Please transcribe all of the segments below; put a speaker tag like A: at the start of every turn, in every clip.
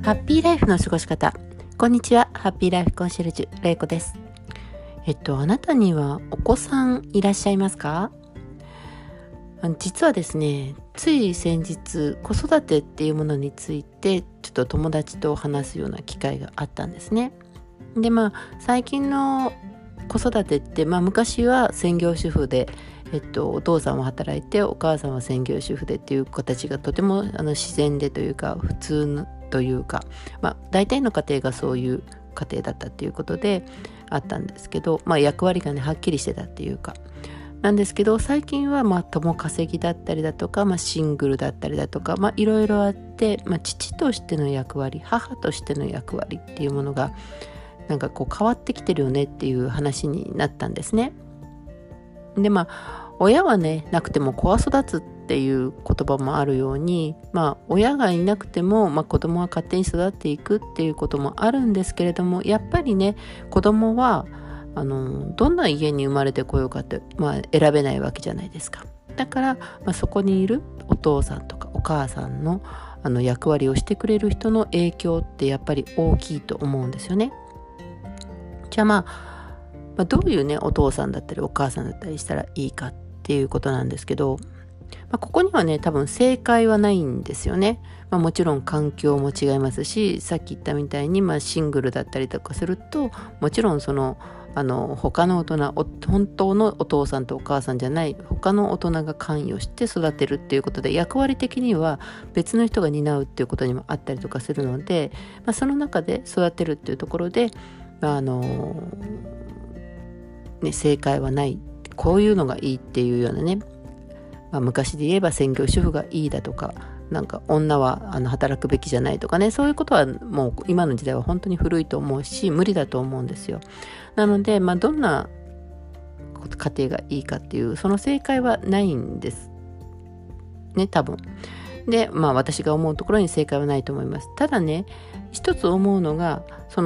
A: ハッピーライフの過ごし方。こんにちは、ハッピーライフコンシェルジュれいこです。あなたにはお子さんいらっしゃいますか？実はですね、つい先日子育てっていうものについてちょっと友達と話すような機会があったんですね。で最近の子育てって、昔は専業主婦で、お父さんは働いてお母さんは専業主婦でっていう形がとても自然でというか普通というか、大体の家庭がそういう家庭だったっていうことであったんですけど、役割がねはっきりしてたっていうかなんですけど、最近は共稼ぎだったりだとか、シングルだったりだとか、いろいろあって、父としての役割、母としての役割っていうものがなんか変わってきてるよねっていう話になったんですね。で親はねなくても子は育つっていう言葉もあるように、親がいなくても、子供は勝手に育っていくっていうこともあるんですけれども、やっぱりね子供はどんな家に生まれてこようかって、選べないわけじゃないですか。だから、そこにいるお父さんとかお母さんの役割をしてくれる人の影響ってやっぱり大きいと思うんですよね。じゃあどういうねお父さんだったりお母さんだったりしたらいいかっていうことなんですけど、ここにはね多分正解はないんですよね。もちろん環境も違いますし、さっき言ったみたいにシングルだったりとかすると、もちろんその他の大人、本当のお父さんとお母さんじゃない他の大人が関与して育てるっていうことで、役割的には別の人が担うっていうことにもあったりとかするので、その中で育てるっていうところで正解はない、こういうのがいいっていうようなね、昔で言えば専業主婦がいいだとか、なんか女は働くべきじゃないとかね、そういうことはもう今の時代は本当に古いと思うし無理だと思うんですよ。なのでどんな家庭がいいかっていうその正解はないんですね、多分。で私が思うところに正解はないと思います。ただね、一つ思うのが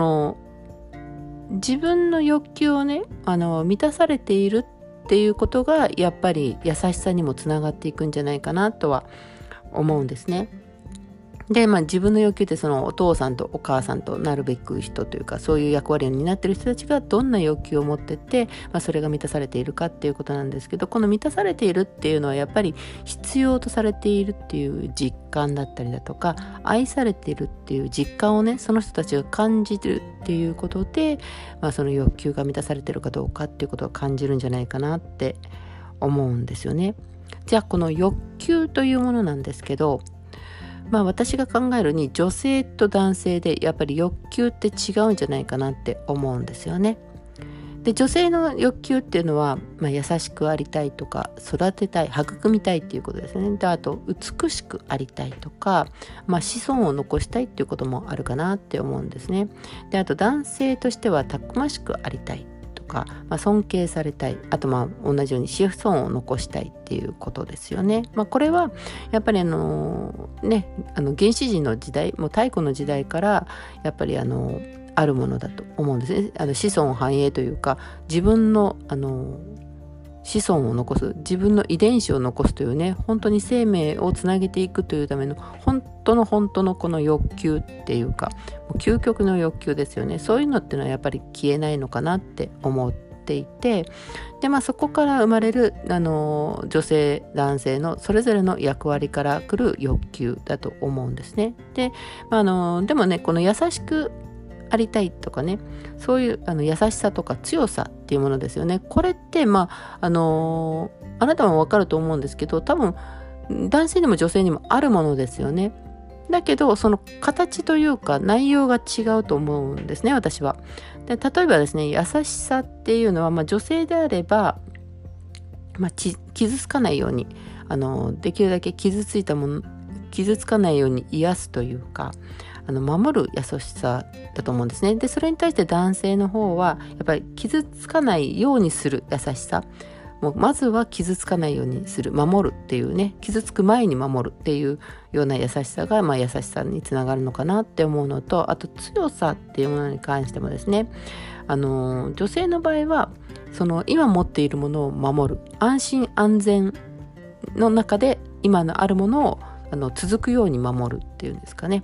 A: 自分の欲求をね満たされているっていうことがやっぱり優しさにもつながっていくんじゃないかなとは思うんですね。で自分の欲求ってそのお父さんとお母さんとなるべく人というか、そういう役割を担っている人たちがどんな欲求を持ってて、それが満たされているかっていうことなんですけど、この満たされているっていうのはやっぱり必要とされているっていう実感だったりだとか、愛されているっていう実感をねその人たちが感じるっていうことで、その欲求が満たされているかどうかっていうことを感じるんじゃないかなって思うんですよね。じゃあこの欲求というものなんですけど、私が考えるに女性と男性でやっぱり欲求って違うんじゃないかなって思うんですよね。で女性の欲求っていうのは、優しくありたいとか育てたい育みたいっていうことですね。であと美しくありたいとか、子孫を残したいっていうこともあるかなって思うんですね。であと男性としてはたくましくありたいとか、尊敬されたい、あと同じように子孫を残したいっていうことですよね。これはやっぱり原始人の時代、もう太古の時代からやっぱりあるものだと思うんですね。子孫繁栄というか、自分の子孫を残す、自分の遺伝子を残すというね、本当に生命をつなげていくというための本当のこの欲求っていうか、もう究極の欲求ですよね。そういうのっていうのはやっぱり消えないのかなって思っていて、でそこから生まれる女性男性のそれぞれの役割から来る欲求だと思うんですね。ででもね、この優しくありたいとかね、そういう優しさとか強さっていうものですよね。これってあなたも分かると思うんですけど、多分男性にも女性にもあるものですよね。だけどその形というか内容が違うと思うんですね、私は。で例えばですね、優しさっていうのは、女性であれば、傷つかないようにできるだけ傷つかないように癒すというか守る優しさだと思うんですね。でそれに対して男性の方はやっぱり傷つかないようにする優しさ、もうまずは傷つかないようにする、守るっていうね、傷つく前に守るっていうような優しさが、優しさにつながるのかなって思うのと、あと強さっていうものに関してもですね、女性の場合はその今持っているものを守る、安心安全の中で今のあるものを続くように守るっていうんですかね、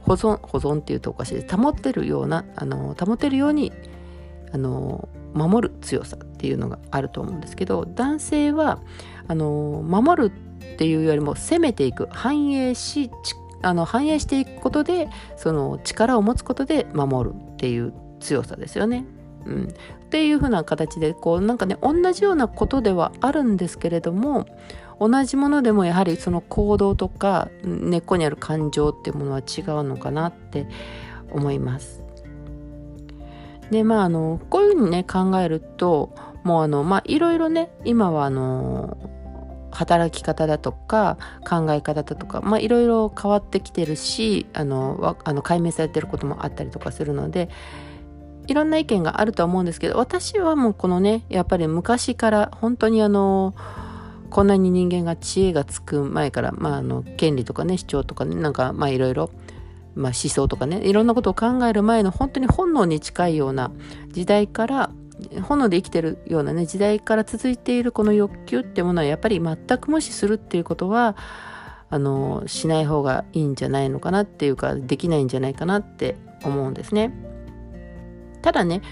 A: 保存っていうとおかしいです。保てるように守る強さっていうのがあると思うんですけど、男性は守るっていうよりも攻めていく、反映していくことで、その力を持つことで守るっていう強さですよね。っていう風な形でなんかね、同じようなことではあるんですけれども、同じものでもやはりその行動とか根っこにある感情っていうものは違うのかなって思います。でこういうふうにね考えると、もういろいろね、今は働き方だとか考え方だとかいろいろ変わってきてるし、解明されてることもあったりとかするので、いろんな意見があるとは思うんですけど、私はもうこのね、やっぱり昔から本当にこんなに人間が知恵がつく前から、権利とかね、主張とかね、なんかいろいろ、思想とかね、いろんなことを考える前の本当に本能に近いような時代から、本能で生きてるようなね時代から続いているこの欲求っていうものは、やっぱり全く無視するっていうことはしない方がいいんじゃないのかなっていうか、できないんじゃないかなって思うんですね。ただね、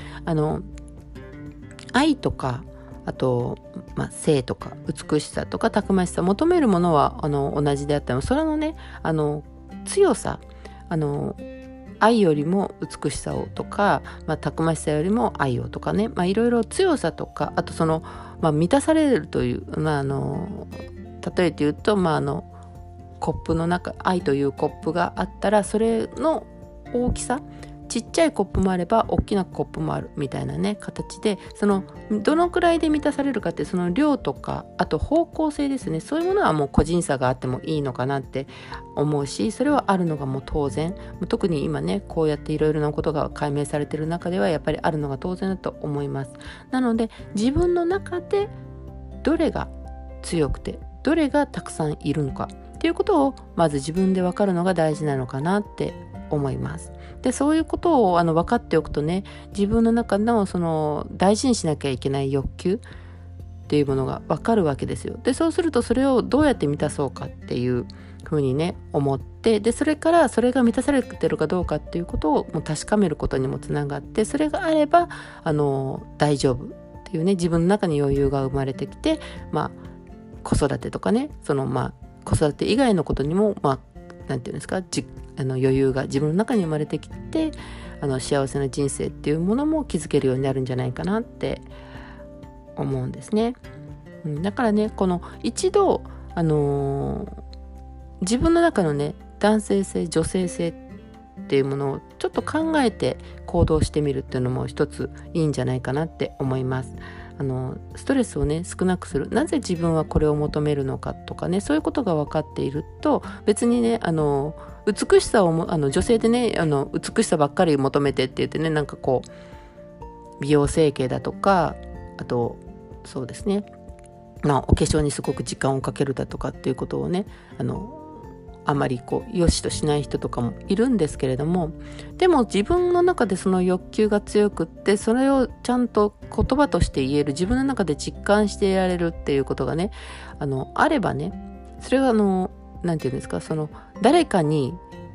A: 愛とか、あと、性とか美しさとかたくましさ、求めるものは同じであっても、それのね強さ、愛よりも美しさをとか、たくましさよりも愛をとかね、いろいろ強さとか、あと満たされるという、例えて言うと、コップの中、愛というコップがあったら、それの大きさ、ちっちゃいコップもあれば大きなコップもあるみたいなね形で、どのくらいで満たされるかって、その量とか、あと方向性ですね、そういうものはもう個人差があってもいいのかなって思うし、それはあるのがもう当然、特に今ねこうやっていろいろなことが解明されている中ではやっぱりあるのが当然だと思います。なので自分の中でどれが強くてどれがたくさんいるのかっていうことをまず自分で分かるのが大事なのかなって思います。でそういうことを分かっておくとね、自分の中の大事にしなきゃいけない欲求っていうものが分かるわけですよ。でそうすると、それをどうやって満たそうかっていうふうにね思って、でそれからそれが満たされてるかどうかっていうことをもう確かめることにもつながって、それがあれば大丈夫っていうね、自分の中に余裕が生まれてきて、子育てとかね、子育て以外のことにもなんていうんですか、余裕が自分の中に生まれてきて、幸せな人生っていうものも築けるようになるんじゃないかなって思うんですね。だからね、この一度自分の中のね男性性女性性っていうものをちょっと考えて行動してみるっていうのも一ついいんじゃないかなって思います。ストレスをね少なくする、なぜ自分はこれを求めるのかとかね、そういうことが分かっていると、別にね美しさを女性でね美しさばっかり求めてって言ってね、なんか美容整形だとか、あとそうですね、お化粧にすごく時間をかけるだとかっていうことをねあまり良しとしない人とかもいるんですけれども、でも自分の中でその欲求が強くって、それをちゃんと言葉として言える、自分の中で実感していられるっていうことがねあればね、それはなんていうんですか、誰かに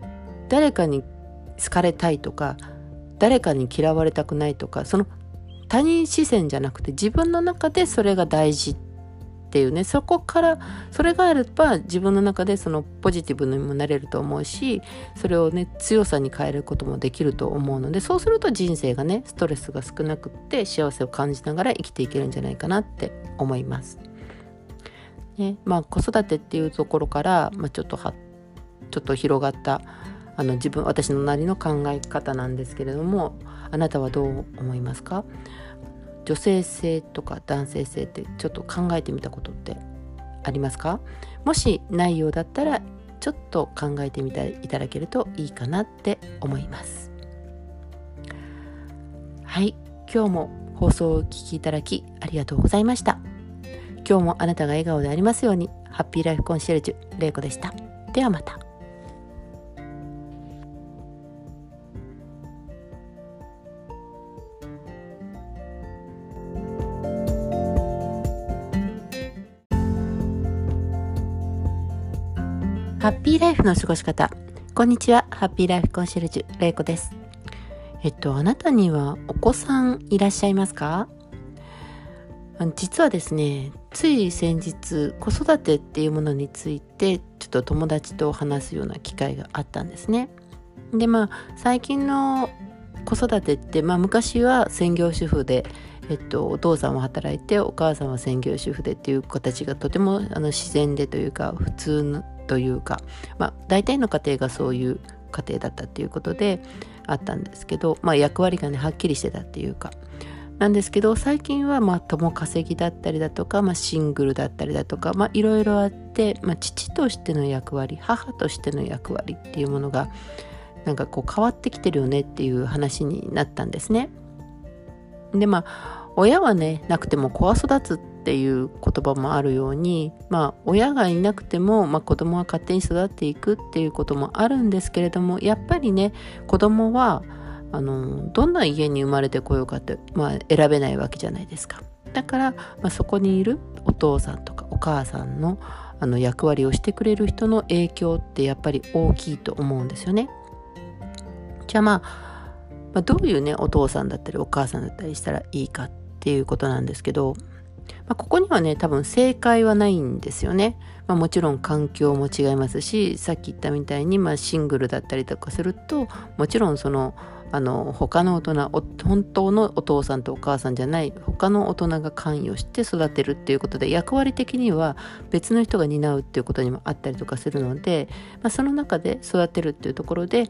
A: 好かれたいとか、誰かに嫌われたくないとか、他人視線じゃなくて自分の中でそれが大事っていうね、そこからそれがあれば自分の中でポジティブにもなれると思うし、それをね強さに変えることもできると思うので、そうすると人生がねストレスが少なくって幸せを感じながら生きていけるんじゃないかなって思います。ね、子育てっていうところから、ちょっと広がった私のなりの考え方なんですけれども、あなたはどう思いますか？女性性とか男性性ってちょっと考えてみたことってありますか？もしないようだったらちょっと考えてみていただけるといいかなって思います。はい、今日も放送をお聞きいただきありがとうございました。今日もあなたが笑顔でありますように。ハッピーライフコンシェルジュれいこでした。ではまた。ハッピーライフの過ごし方。 こんにちは。ハッピーライフコンシェルジュ、れいこです。あなたにはお子さんいらっしゃいますか？実はですね、つい先日、子育てっていうものについて、ちょっと友達と話すような機会があったんですね。で、最近の子育てって、昔は専業主婦で、お父さんは働いて、お母さんは専業主婦でっていう形がとても自然でというか、普通というか、大体の家庭がそういう家庭だったっていうことであったんですけど、役割がねはっきりしてたっていうかなんですけど、最近は共稼ぎだったりだとか、シングルだったりだとか、いろいろあって、父としての役割、母としての役割っていうものがなんかこう変わってきてるよねっていう話になったんですね。で親はねなくても子は育つっていう言葉もあるように、親がいなくても、子供は勝手に育っていくっていうこともあるんですけれども、やっぱりね子供はどんな家に生まれてこようかって、選べないわけじゃないですか。だから、そこにいるお父さんとかお母さんの役割をしてくれる人の影響ってやっぱり大きいと思うんですよね。じゃあどういうねお父さんだったりお母さんだったりしたらいいかっていうことなんですけど、ここにはね多分正解はないんですよね。もちろん環境も違いますし、さっき言ったみたいに、シングルだったりとかすると、もちろんその他の大人、本当のお父さんとお母さんじゃない他の大人が関与して育てるっていうことで、役割的には別の人が担うっていうことにもあったりとかするので、その中で育てるっていうところで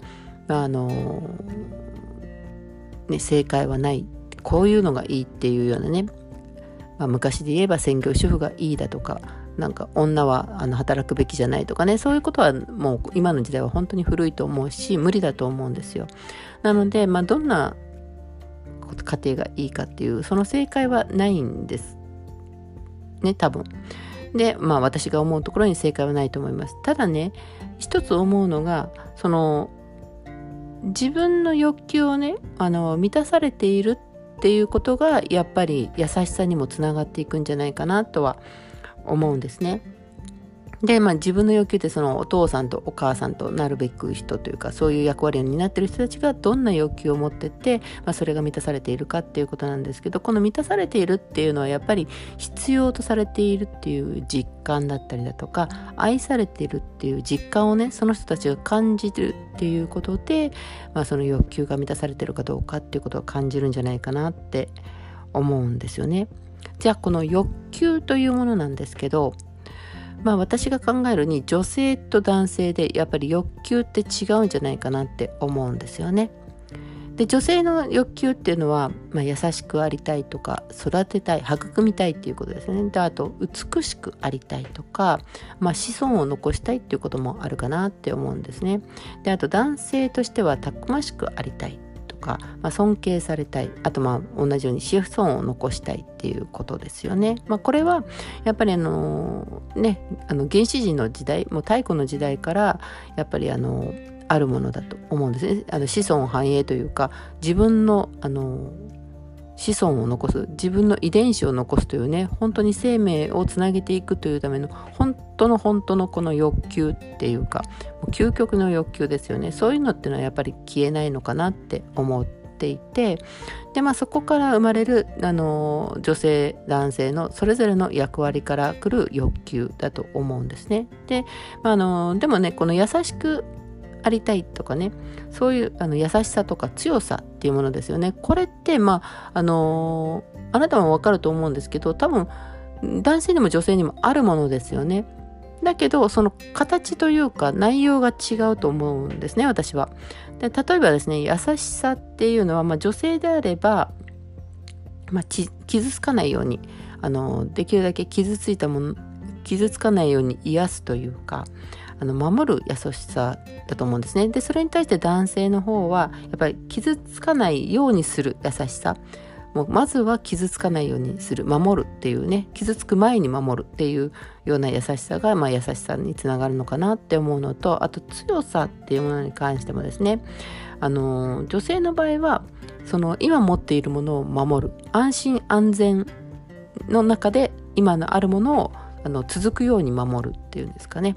A: 正解はない、こういうのがいいっていうようなね、昔で言えば専業主婦がいいだとか、なんか女は働くべきじゃないとかね、そういうことはもう今の時代は本当に古いと思うし無理だと思うんですよ。なのでどんな家庭がいいかっていうその正解はないんですね、多分。で私が思うところに正解はないと思います。ただね、一つ思うのが、その自分の欲求をね満たされているっていうことがやっぱり優しさにもつながっていくんじゃないかなとは思うんですね。で自分の欲求ってそのお父さんとお母さんとなるべく人というか、そういう役割を担っている人たちがどんな欲求を持ってて、それが満たされているかっていうことなんですけど、この満たされているっていうのはやっぱり必要とされているっていう実感だったりだとか、愛されているっていう実感をねその人たちが感じるっていうことで、その欲求が満たされているかどうかっていうことを感じるんじゃないかなって思うんですよね。じゃあこの欲求というものなんですけど、私が考えるに女性と男性でやっぱり欲求って違うんじゃないかなって思うんですよね。で女性の欲求っていうのは、優しくありたいとか育てたい、育みたいっていうことですね。であと美しくありたいとか、子孫を残したいっていうこともあるかなって思うんですね。であと男性としてはたくましくありたいとか、尊敬されたい、あと同じように子孫を残したいっていうことですよね。これはやっぱり原始人の時代、もう太古の時代からやっぱりあるものだと思うんですね。子孫繁栄というか、自分の子孫を残す、自分の遺伝子を残すというね、本当に生命をつなげていくというための本当のこの欲求っていうか、究極の欲求ですよね。そういうのっていうのはやっぱり消えないのかなって思っていて、でそこから生まれる女性男性のそれぞれの役割から来る欲求だと思うんですね。で、でもねこの優しくありたいとかね、そういう優しさとか強さっていうものですよね。これってあなたもわかると思うんですけど、多分男性にも女性にもあるものですよね。だけどその形というか内容が違うと思うんですね、私は。で例えばですね、優しさっていうのは、女性であれば、傷つかないようにできるだけ傷つかないように癒すというか、守る優しさだと思うんですね。でそれに対して男性の方はやっぱり傷つかないようにする優しさ、もうまずは傷つかないようにする、守るっていうね、傷つく前に守るっていうような優しさが、優しさにつながるのかなって思うのと、あと強さっていうものに関してもですね、女性の場合はその今持っているものを守る、安心安全の中で今のあるものを続くように守るっていうんですかね、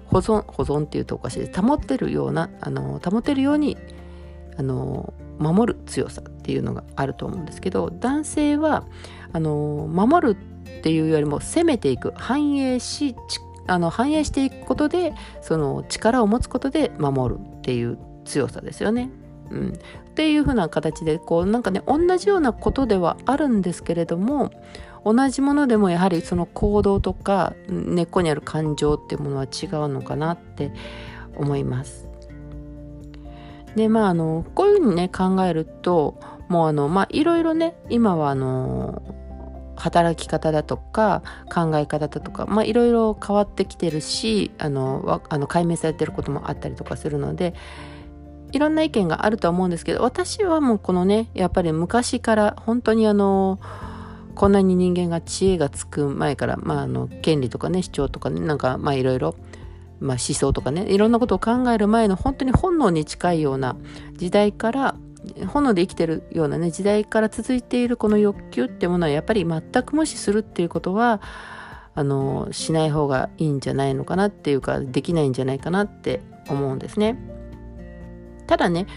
A: 保存っていうとおかしいです。保てるように守る強さっていうのがあると思うんですけど、男性は守るっていうよりも攻めていく、反映していくことで、その力を持つことで守るっていう強さですよね。っていう風な形でなんかね、同じようなことではあるんですけれども、同じものでもやはりその行動とか根っこにある感情っていうものは違うのかなって思います。でこういうふうにね考えると、もういろいろね、今は働き方だとか考え方だとかいろいろ変わってきてるし、解明されてることもあったりとかするので、いろんな意見があるとは思うんですけど、私はもうこのね、やっぱり昔から本当にこんなに人間が知恵がつく前から、権利とかね、主張とかね、なんかいろいろ思想とかね、いろんなことを考える前の本当に本能に近いような時代から、本能で生きてるようなね時代から続いているこの欲求ってものは、やっぱり全く無視するっていうことはしない方がいいんじゃないのかなっていうか、できないんじゃないかなって思うんですね。ただね、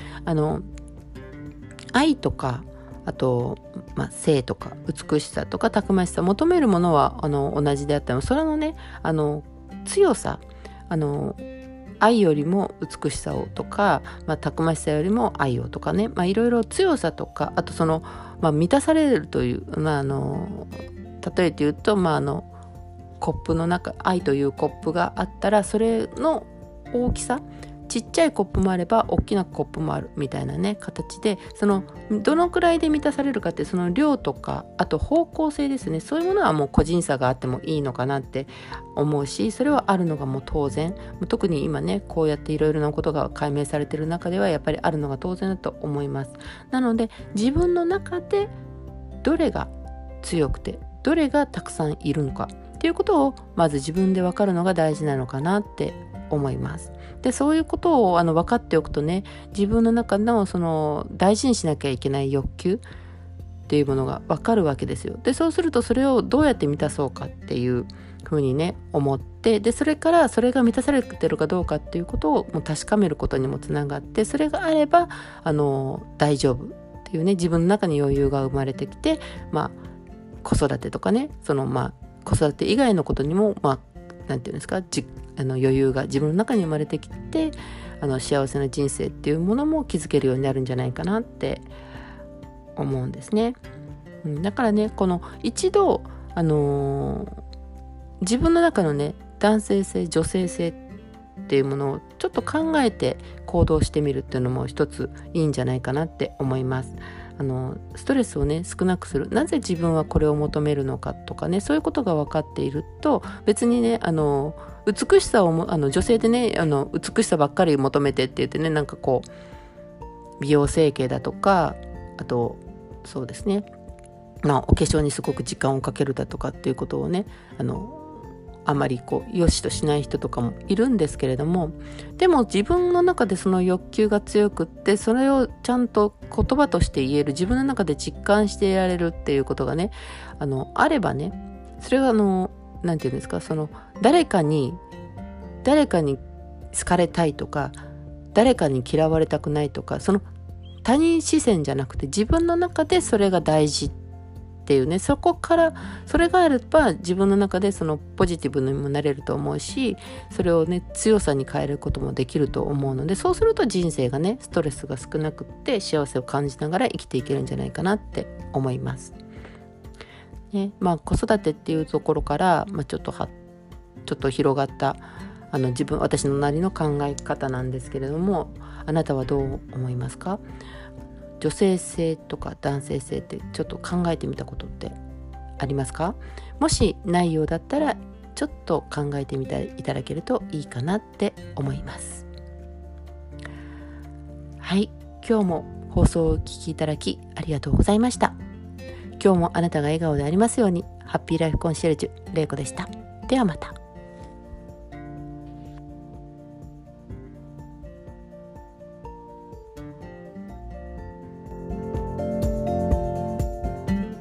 A: 愛とか、あと、性とか美しさとかたくましさ、求めるものは同じであっても、それのね強さ、愛よりも美しさをとか、たくましさよりも愛をとかね、いろいろ強さとか、あと満たされるという、例えて言うと、コップの中、愛というコップがあったら、それの大きさ、ちっちゃいコップもあれば大きなコップもあるみたいなね形で、どのくらいで満たされるかって、その量とか、あと方向性ですね、そういうものはもう個人差があってもいいのかなって思うし、それはあるのがもう当然、特に今ねこうやっていろいろなことが解明されている中ではやっぱりあるのが当然だと思います。なので自分の中でどれが強くてどれがたくさんいるのかっていうことをまず自分で分かるのが大事なのかなって思います。でそういうことを分かっておくとね、自分の中の大事にしなきゃいけない欲求っていうものが分かるわけですよ。でそうするとそれをどうやって満たそうかっていうふうにね思って、でそれからそれが満たされてるかどうかっていうことをもう確かめることにもつながって、それがあれば大丈夫っていうね、自分の中に余裕が生まれてきて、子育てとかね、子育て以外のことにもなんていうんですか、余裕が自分の中に生まれてきて、幸せな人生っていうものも築けるようになるんじゃないかなって思うんですね。だからね、この一度自分の中のね男性性女性性っていうものをちょっと考えて行動してみるっていうのも一ついいんじゃないかなって思います。ストレスをね少なくする、なぜ自分はこれを求めるのかとかね、そういうことが分かっていると、別にね美しさを女性でね美しさばっかり求めてって言ってね、なんか美容整形だとか、あとそうですね、お化粧にすごく時間をかけるだとかっていうことをねあまり良しとしない人とかもいるんですけれども、でも自分の中でその欲求が強くって、それをちゃんと言葉として言える、自分の中で実感していられるっていうことがねあればね、それはなんていうんですか、誰かに好かれたいとか、誰かに嫌われたくないとか、他人視線じゃなくて自分の中でそれが大事っていうね、そこからそれがあれば自分の中でポジティブにもなれると思うし、それをね強さに変えることもできると思うので、そうすると人生がねストレスが少なくって幸せを感じながら生きていけるんじゃないかなって思います。ね、子育てっていうところから、ちょっと広がった私のなりの考え方なんですけれども、あなたはどう思いますか？女性性とか男性性ってちょっと考えてみたことってありますか？もしないようだったらちょっと考えてみていただけるといいかなって思います。はい、今日も放送をお聞きいただきありがとうございました。今日もあなたが笑顔でありますように。ハッピーライフコンシェルジュれいこでした。ではまた。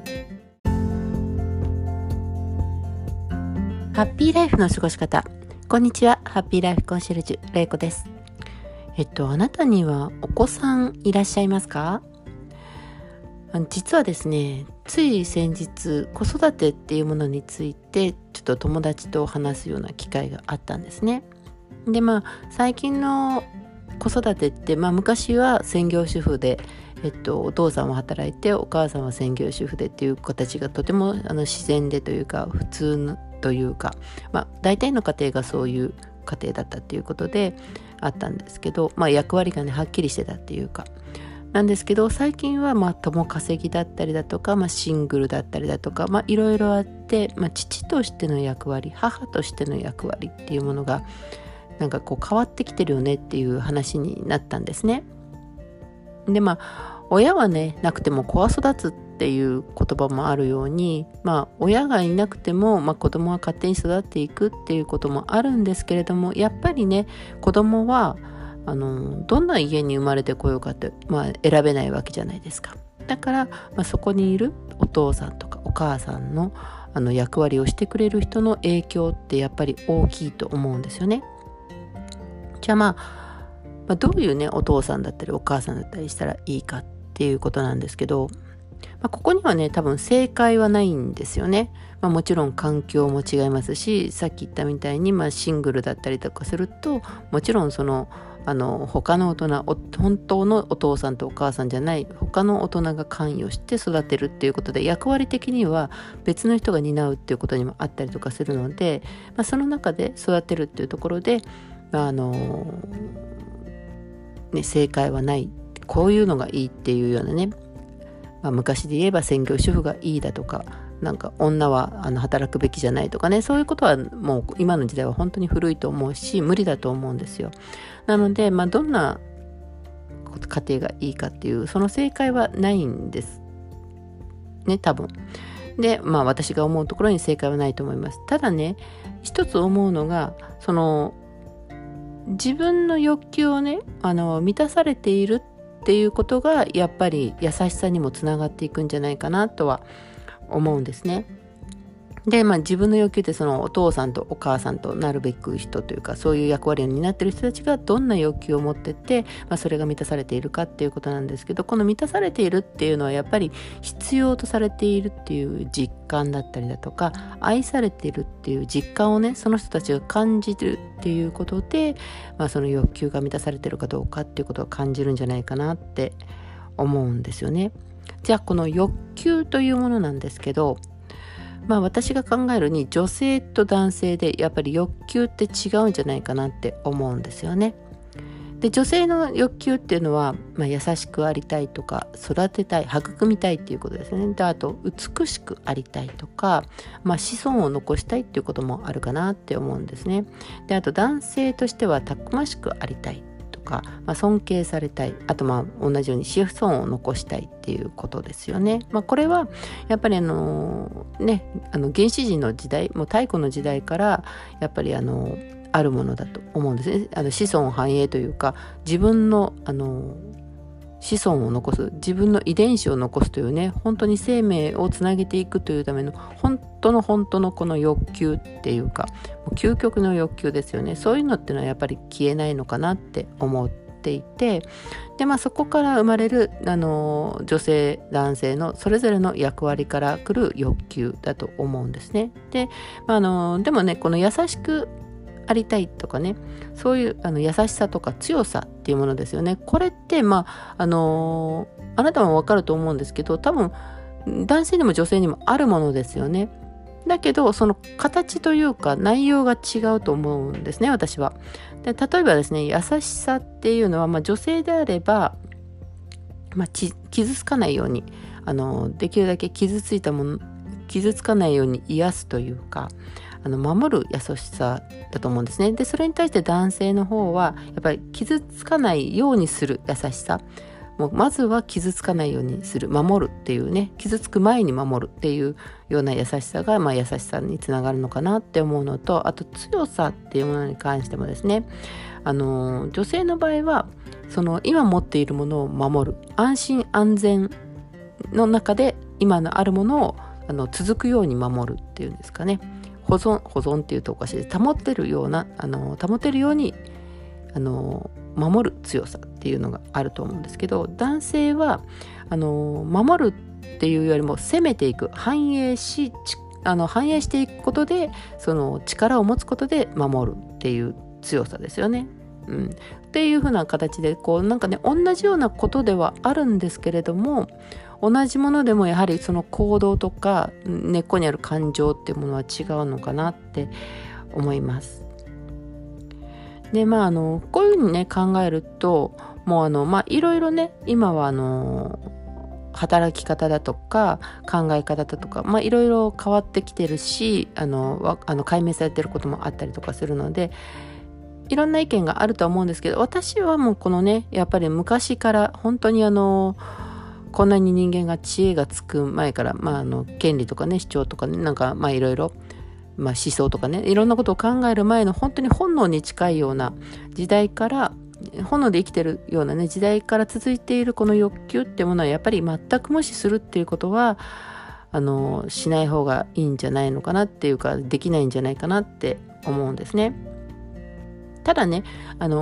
A: ハッピーライフの過ごし方。 こんにちは。ハッピーライフコンシェルジュれいこです。あなたにはお子さんいらっしゃいますか？実はですね、つい先日子育てっていうものについてちょっと友達と話すような機会があったんですね。で最近の子育てって、昔は専業主婦で、お父さんは働いてお母さんは専業主婦でっていう形がとても自然でというか普通というか、大体の家庭がそういう家庭だったっていうことであったんですけど、役割がねはっきりしてたっていうかなんですけど、最近は共稼ぎだったりだとか、シングルだったりだとか、いろいろあって、父としての役割、母としての役割っていうものがなんかこう変わってきてるよねっていう話になったんですね。で親はねなくても子は育つっていう言葉もあるように、親がいなくても、子供は勝手に育っていくっていうこともあるんですけれども、やっぱりね子供はどんな家に生まれてこようかって、選べないわけじゃないですか。だから、そこにいるお父さんとかお母さんの役割をしてくれる人の影響ってやっぱり大きいと思うんですよね。じゃあどういうねお父さんだったりお母さんだったりしたらいいかっていうことなんですけど、ここにはね多分正解はないんですよね。もちろん環境も違いますし、さっき言ったみたいに、シングルだったりとかするともちろんその他の大人、本当のお父さんとお母さんじゃない他の大人が関与して育てるっていうことで、役割的には別の人が担うっていうことにもあったりとかするので、その中で育てるっていうところで正解はない、こういうのがいいっていうようなね、昔で言えば専業主婦がいいだとか、なんか女は働くべきじゃないとかね、そういうことはもう今の時代は本当に古いと思うし無理だと思うんですよ。なのでどんな家庭がいいかっていうその正解はないんですね、多分。で私が思うところに正解はないと思います。ただね一つ思うのが、その自分の欲求をね満たされているっていうことがやっぱり優しさにもつながっていくんじゃないかなとは思うんですね。で自分の欲求ってそのお父さんとお母さんとなるべく人というか、そういう役割を担っている人たちがどんな欲求を持ってて、それが満たされているかっていうことなんですけど、この満たされているっていうのはやっぱり必要とされているっていう実感だったりだとか、愛されているっていう実感をねその人たちが感じるっていうことで、その欲求が満たされているかどうかっていうことを感じるんじゃないかなって思うんですよね。じゃあこの欲求というものなんですけど、私が考えるに女性と男性でやっぱり欲求って違うんじゃないかなって思うんですよね。で女性の欲求っていうのは、優しくありたいとか育てたい育みたいっていうことですね。であと美しくありたいとか、子孫を残したいっていうこともあるかなって思うんですね。であと男性としてはたくましくありたいとか、尊敬されたい、あと同じように子孫を残したいっていうことですよね。これはやっぱり原始人の時代、もう太古の時代からやっぱりあるものだと思うんですね。子孫繁栄というか、自分の子孫を残す、自分の遺伝子を残すというね、本当に生命をつなげていくというための本当のこの欲求っていうか、もう究極の欲求ですよね。そういうのっていうのはやっぱり消えないのかなって思っていて、でそこから生まれる女性男性のそれぞれの役割から来る欲求だと思うんですね。で、でもねこの優しくありたいとかね、そういう優しさとか強さっていうものですよね。これってあなたも分かると思うんですけど、多分男性にも女性にもあるものですよね。だけどその形というか内容が違うと思うんですね、私は。で例えばですね、優しさっていうのは、女性であれば、傷つかないようにできるだけ傷つかないように癒すというか守る優しさだと思うんですね。でそれに対して男性の方はやっぱり傷つかないようにする優しさ、もうまずは傷つかないようにする、守るっていうね、傷つく前に守るっていうような優しさが、優しさにつながるのかなって思うのと、あと強さっていうものに関してもですね、女性の場合はその今持っているものを守る、安心安全の中で今のあるものを続くように守るっていうんですかね、 保存っていうとおかしいです。保てるように守る強さっていうのがあると思うんですけど、男性は守るっていうよりも攻めていく、反映していくことで、その力を持つことで守るっていう強さですよね。っていう風な形でなんかね、同じようなことではあるんですけれども、同じものでもやはりその行動とか根っこにある感情っていうものは違うのかなって思います。でこういうふうにね考えると、もういろいろね、今は働き方だとか考え方だとかいろいろ変わってきてるし、解明されてることもあったりとかするので、いろんな意見があるとは思うんですけど、私はもうこのね、やっぱり昔から本当にこんなに人間が知恵がつく前から、権利とかね、主張とかね、なんかいろいろ、思想とかね、いろんなことを考える前の本当に本能に近いような時代から、本能で生きてるようなね時代から続いているこの欲求っていうものは、やっぱり全く無視するっていうことはしない方がいいんじゃないのかなっていうか、できないんじゃないかなって思うんですね。ただね、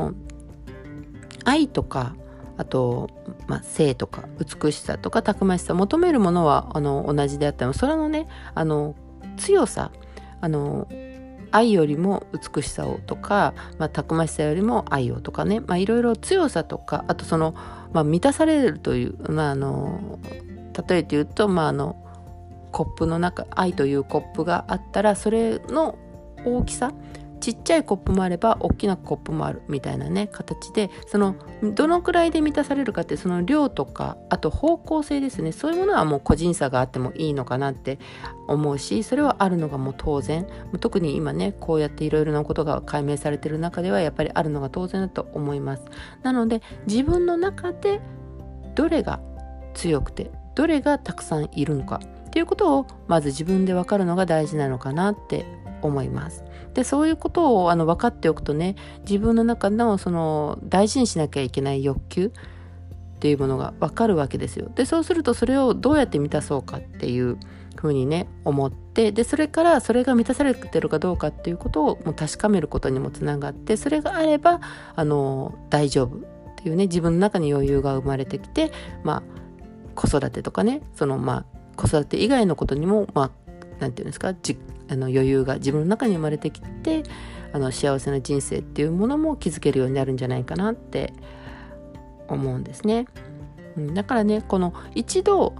A: 愛とか、あと、性とか美しさとかたくましさ、求めるものは同じであっても、それのね強さ、愛よりも美しさをとか、たくましさよりも愛をとかね、いろいろ強さとか、あと満たされるという、例えて言うと、コップの中、愛というコップがあったら、それの大きさ、ちっちゃいコップもあれば大きなコップもあるみたいなね形で、どのくらいで満たされるかって、その量とか、あと方向性ですね、そういうものはもう個人差があってもいいのかなって思うし、それはあるのがもう当然、特に今ねこうやっていろいろなことが解明されている中ではやっぱりあるのが当然だと思います。なので自分の中でどれが強くてどれがたくさんいるのかっていうことをまず自分で分かるのが大事なのかなって思います。でそういうことを分かっておくとね、自分の中の大事にしなきゃいけない欲求っていうものが分かるわけですよ。でそうすると、それをどうやって満たそうかっていうふうにね思って、でそれからそれが満たされてるかどうかっていうことをもう確かめることにもつながって、それがあれば大丈夫っていうね、自分の中に余裕が生まれてきて、子育てとかね、子育て以外のことにもなんていうんですか、余裕が自分の中に生まれてきて、幸せな人生っていうものも築けるようになるんじゃないかなって思うんですね。だからね、この一度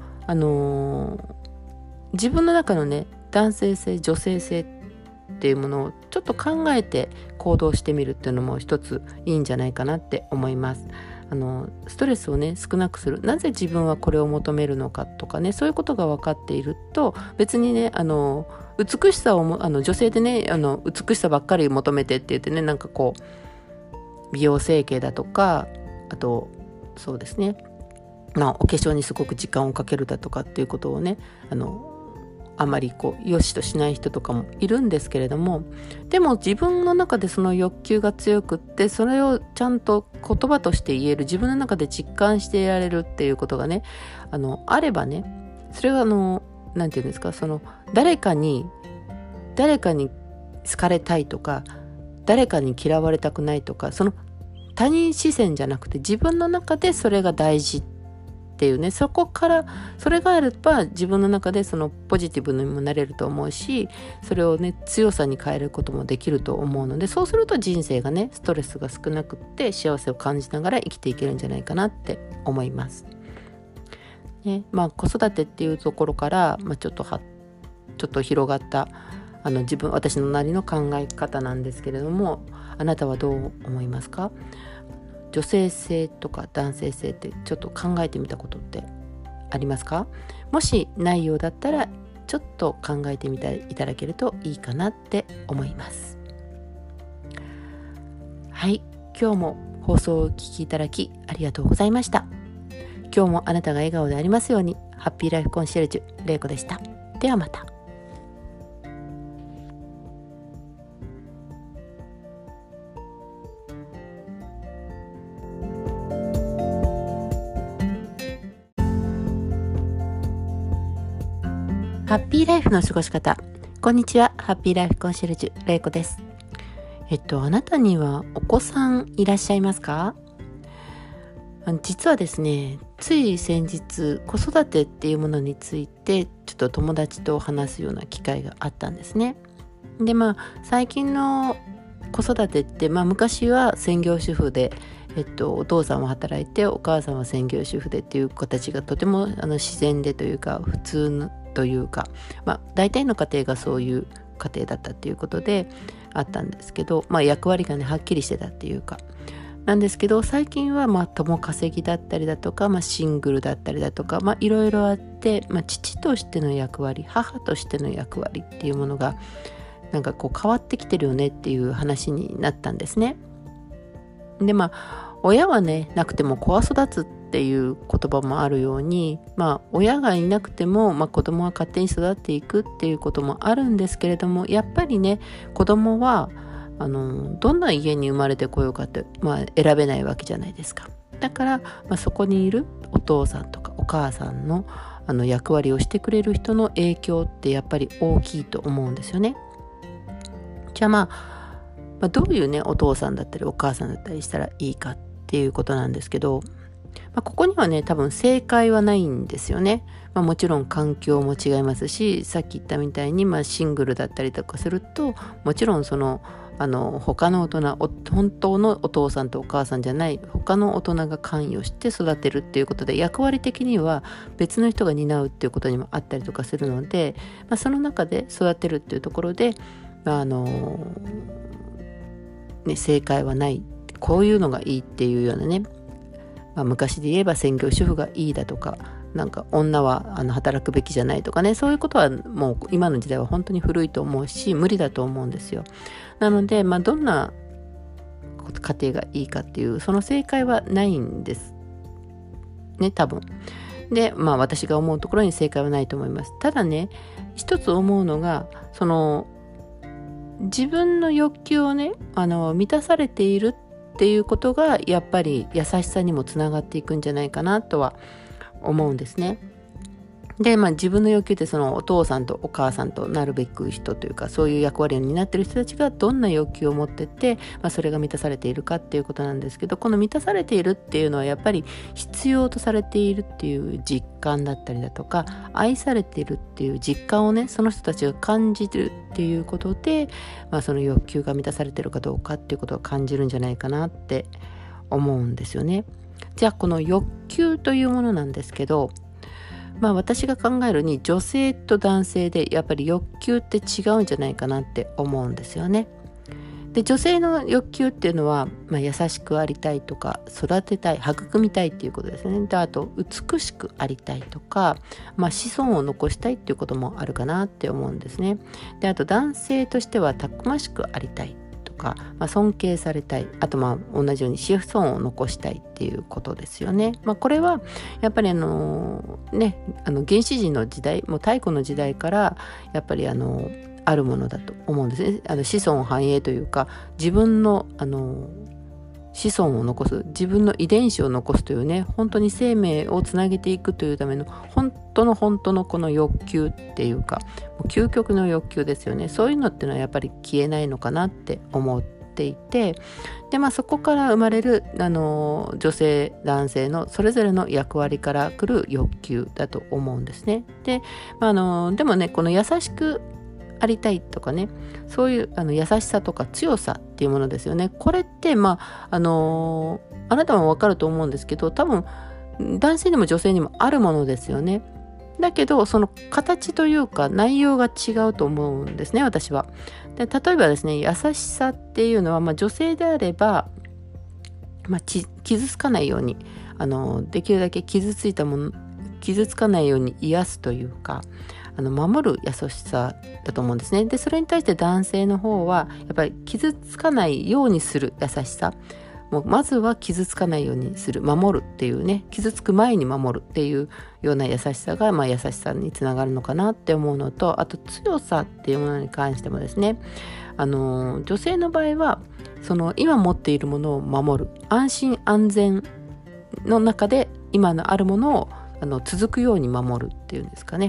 A: 自分の中のね男性性女性性っていうものをちょっと考えて行動してみるっていうのも一ついいんじゃないかなって思います。ストレスをね少なくする、なぜ自分はこれを求めるのかとかね、そういうことが分かっていると、別にね美しさを女性でね美しさばっかり求めてって言ってね、なんか美容整形だとか、あとそうですね、お化粧にすごく時間をかけるだとかっていうことをねあまり良しとしない人とかもいるんですけれども、でも自分の中でその欲求が強くって、それをちゃんと言葉として言える、自分の中で実感していられるっていうことがねあればね、それはなんていうんですか、誰かに好かれたいとか、誰かに嫌われたくないとか、他人視線じゃなくて自分の中でそれが大事っていうね、そこからそれがあれば自分の中でポジティブにもなれると思うし、それをね強さに変えることもできると思うので、そうすると人生がねストレスが少なくって幸せを感じながら生きていけるんじゃないかなって思います。ね、子育てっていうところから、ちょっと広がった私のなりの考え方なんですけれども、あなたはどう思いますか？女性性とか男性性ってちょっと考えてみたことってありますか？もしないようだったらちょっと考えてみていただけるといいかなって思います。はい、今日も放送をお聞きいただきありがとうございました。今日もあなたが笑顔でありますように。ハッピーライフコンシェルジュ、れいこでした。ではまた。ハッピーライフの過ごし方。 こんにちは。ハッピーライフコンシェルジュ、れいこです。あなたにはお子さんいらっしゃいますか？実はですね、つい先日、子育てっていうものについて、ちょっと友達と話すような機会があったんですね。で、最近の子育てって、昔は専業主婦で、お父さんは働いて、お母さんは専業主婦でっていう形がとても自然でというか、普通というか、大体の家庭がそういう家庭だったっていうことであったんですけど、役割がねはっきりしてたっていうかなんですけど、最近は共稼ぎだったりだとか、シングルだったりだとか、いろいろあって、父としての役割、母としての役割っていうものがなんかこう変わってきてるよねっていう話になったんですね。で親はねなくても子は育つっていう言葉もあるように、親がいなくても、子供は勝手に育っていくっていうこともあるんですけれども、やっぱりね子供はどんな家に生まれてこようかって、選べないわけじゃないですか。だから、そこにいるお父さんとかお母さんの役割をしてくれる人の影響ってやっぱり大きいと思うんですよね。じゃあどういうねお父さんだったりお母さんだったりしたらいいかっていうことなんですけど、ここにはね多分正解はないんですよね。もちろん環境も違いますし、さっき言ったみたいに、シングルだったりとかすると、もちろんその他の大人、本当のお父さんとお母さんじゃない他の大人が関与して育てるっていうことで、役割的には別の人が担うっていうことにもあったりとかするので、その中で育てるっていうところで正解はない、こういうのがいいっていうようなね、昔で言えば専業主婦がいいだとか、なんか女は働くべきじゃないとかね、そういうことはもう今の時代は本当に古いと思うし無理だと思うんですよ。なのでどんな家庭がいいかっていうその正解はないんですね、多分。で私が思うところに正解はないと思います。ただね一つ思うのが、その自分の欲求をね満たされているっていうことがやっぱり優しさにもつながっていくんじゃないかなとは思うんですね。で自分の欲求ってそのお父さんとお母さんとなるべく人というか、そういう役割を担っている人たちがどんな欲求を持ってって、それが満たされているかっていうことなんですけど、この満たされているっていうのはやっぱり必要とされているっていう実感だったりだとか、愛されているっていう実感をねその人たちが感じるっていうことで、その欲求が満たされているかどうかっていうことを感じるんじゃないかなって思うんですよね。じゃあこの欲求というものなんですけど、私が考えるに女性と男性でやっぱり欲求って違うんじゃないかなって思うんですよね。で女性の欲求っていうのは、優しくありたいとか育てたい育みたいっていうことですね。であと美しくありたいとか、子孫を残したいっていうこともあるかなって思うんですね。であと男性としてはたくましくありたいとか、尊敬されたい、あと同じように子孫を残したいっていうことですよね。これはやっぱり原始人の時代、もう太古の時代からやっぱりあるものだと思うんですね。子孫繁栄というか、自分の子孫を残す、自分の遺伝子を残すというね、本当に生命をつなげていくというための本当のこの欲求っていうか、もう究極の欲求ですよね。そういうのっていうのはやっぱり消えないのかなって思っていて、でそこから生まれる女性男性のそれぞれの役割から来る欲求だと思うんですね。で、でもねこの優しくありたいとかね、そういう優しさとか強さっていうものですよね。これってあなたもわかると思うんですけど、多分男性にも女性にもあるものですよね。だけどその形というか内容が違うと思うんですね、私は。で例えばですね、優しさっていうのは、女性であれば、傷つかないようにできるだけ傷つかないように癒すというか、守る優しさだと思うんですね。でそれに対して男性の方はやっぱり傷つかないようにする優しさ、もうまずは傷つかないようにする、守るっていうね、傷つく前に守るっていうような優しさが、優しさにつながるのかなって思うのと、あと強さっていうものに関してもですね、女性の場合はその今持っているものを守る、安心安全の中で今のあるものを続くように守るっていうんですかね、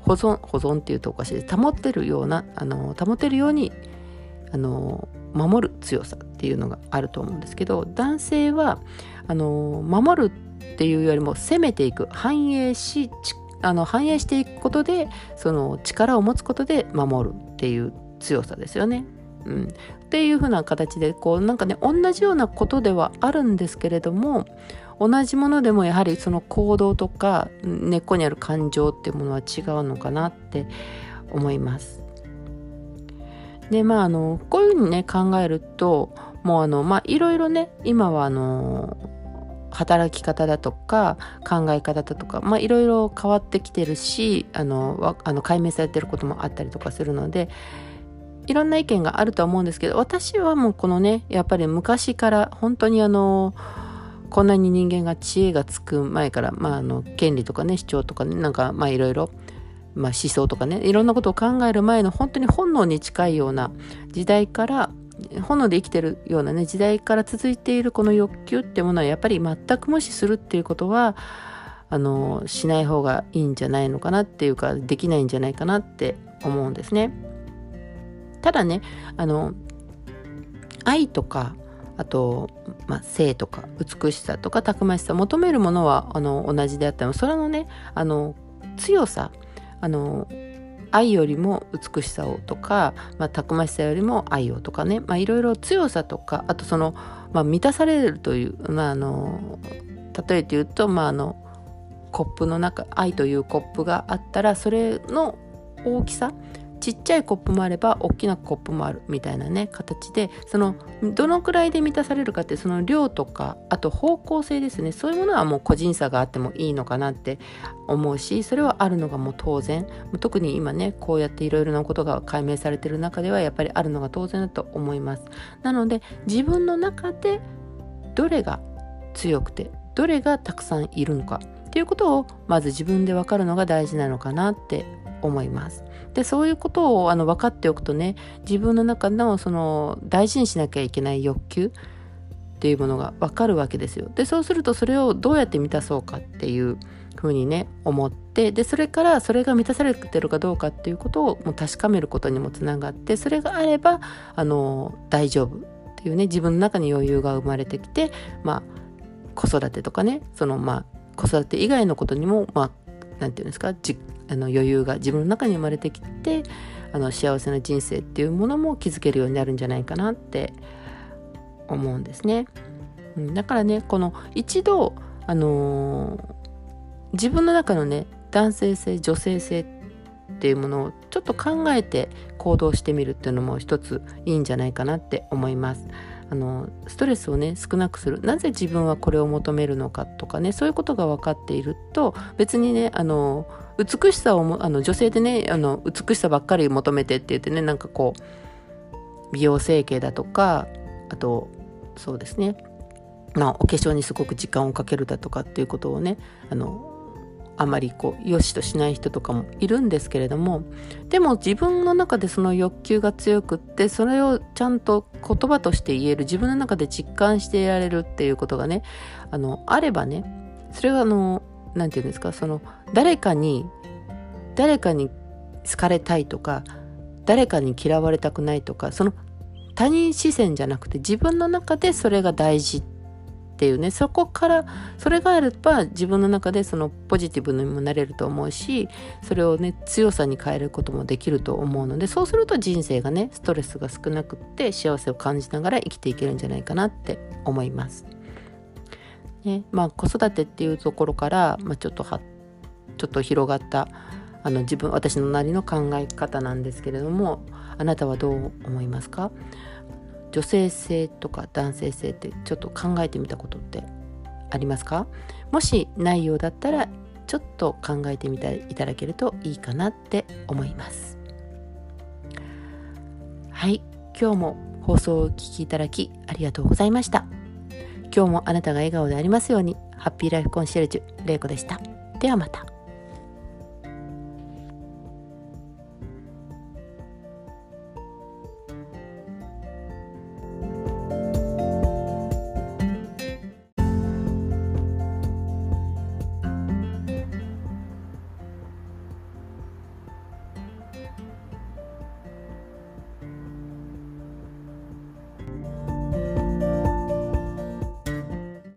A: 保存っていうとおかしいです。保てるように守る強さっていうのがあると思うんですけど、男性は守るっていうよりも攻めていく、反映していくことで、その力を持つことで守るっていう強さですよね。っていう風な形でなんかね、同じようなことではあるんですけれども、同じものでもやはりその行動とか根っこにある感情っていうものは違うのかなって思います。でこういうふうにね考えると、もういろいろね、今は働き方だとか考え方だとかいろいろ変わってきてるし、解明されてることもあったりとかするので、いろんな意見があるとは思うんですけど、私はもうこのね、やっぱり昔から本当にこんなに人間が知恵がつく前から、権利とかね、主張とかね、なんかいろいろ思想とかね、いろんなことを考える前の本当に本能に近いような時代から、本能で生きてるようなね時代から続いているこの欲求ってものは、やっぱり全く無視するっていうことはしない方がいいんじゃないのかなっていうか、できないんじゃないかなって思うんですね。ただね、愛とか、あと、性とか美しさとかたくましさ、求めるものは同じであっても、それのね強さ、愛よりも美しさをとか、たくましさよりも愛をとかね、いろいろ強さとか、あと満たされるという、例えて言うと、コップの中、愛というコップがあったら、それの大きさ、ちっちゃいコップもあれば大きなコップもあるみたいなね形で、どのくらいで満たされるかって、その量とか、あと方向性ですね、そういうものはもう個人差があってもいいのかなって思うし、それはあるのがもう当然、特に今ねこうやっていろいろなことが解明されている中ではやっぱりあるのが当然だと思います。なので自分の中でどれが強くてどれがたくさんいるのかっていうことをまず自分で分かるのが大事なのかなって思います。でそういうことを分かっておくとね、自分の中の大事にしなきゃいけない欲求っていうものが分かるわけですよ。でそうするとそれをどうやって満たそうかっていうふうにね思って、でそれからそれが満たされてるかどうかっていうことをもう確かめることにもつながって、それがあれば大丈夫っていうね、自分の中に余裕が生まれてきて、子育てとかね、子育て以外のことにもなんていうんですか、余裕が自分の中に生まれてきて、幸せな人生っていうものも築けるようになるんじゃないかなって思うんですね。だからね、この一度自分の中のね男性性女性性っていうものをちょっと考えて行動してみるっていうのも一ついいんじゃないかなって思います。ストレスをね少なくする、なぜ自分はこれを求めるのかとかね、そういうことが分かっていると、別にね美しさを女性でね美しさばっかり求めてって言ってね、なんか美容整形だとか、あとそうですね、お化粧にすごく時間をかけるだとかっていうことをねあまり良しとしない人とかもいるんですけれども、でも自分の中でその欲求が強くって、それをちゃんと言葉として言える、自分の中で実感していられるっていうことがねあればね、それがなんていうんですか、誰かに好かれたいとか、誰かに嫌われたくないとか、他人視線じゃなくて自分の中でそれが大事っていうね、そこからそれがあれば自分の中でポジティブにもなれると思うし、それをね強さに変えることもできると思うので、そうすると人生がねストレスが少なくって幸せを感じながら生きていけるんじゃないかなって思います。ね、子育てっていうところから、ちょっと広がった私のなりの考え方なんですけれども、あなたはどう思いますか？女性性とか男性性ってちょっと考えてみたことってありますか？もしないようだったらちょっと考えてみていただけるといいかなって思います。はい、今日も放送をお聞きいただきありがとうございました。今日もあなたが笑顔でありますように。ハッピーライフコンシェルジュれいこでした。ではまた。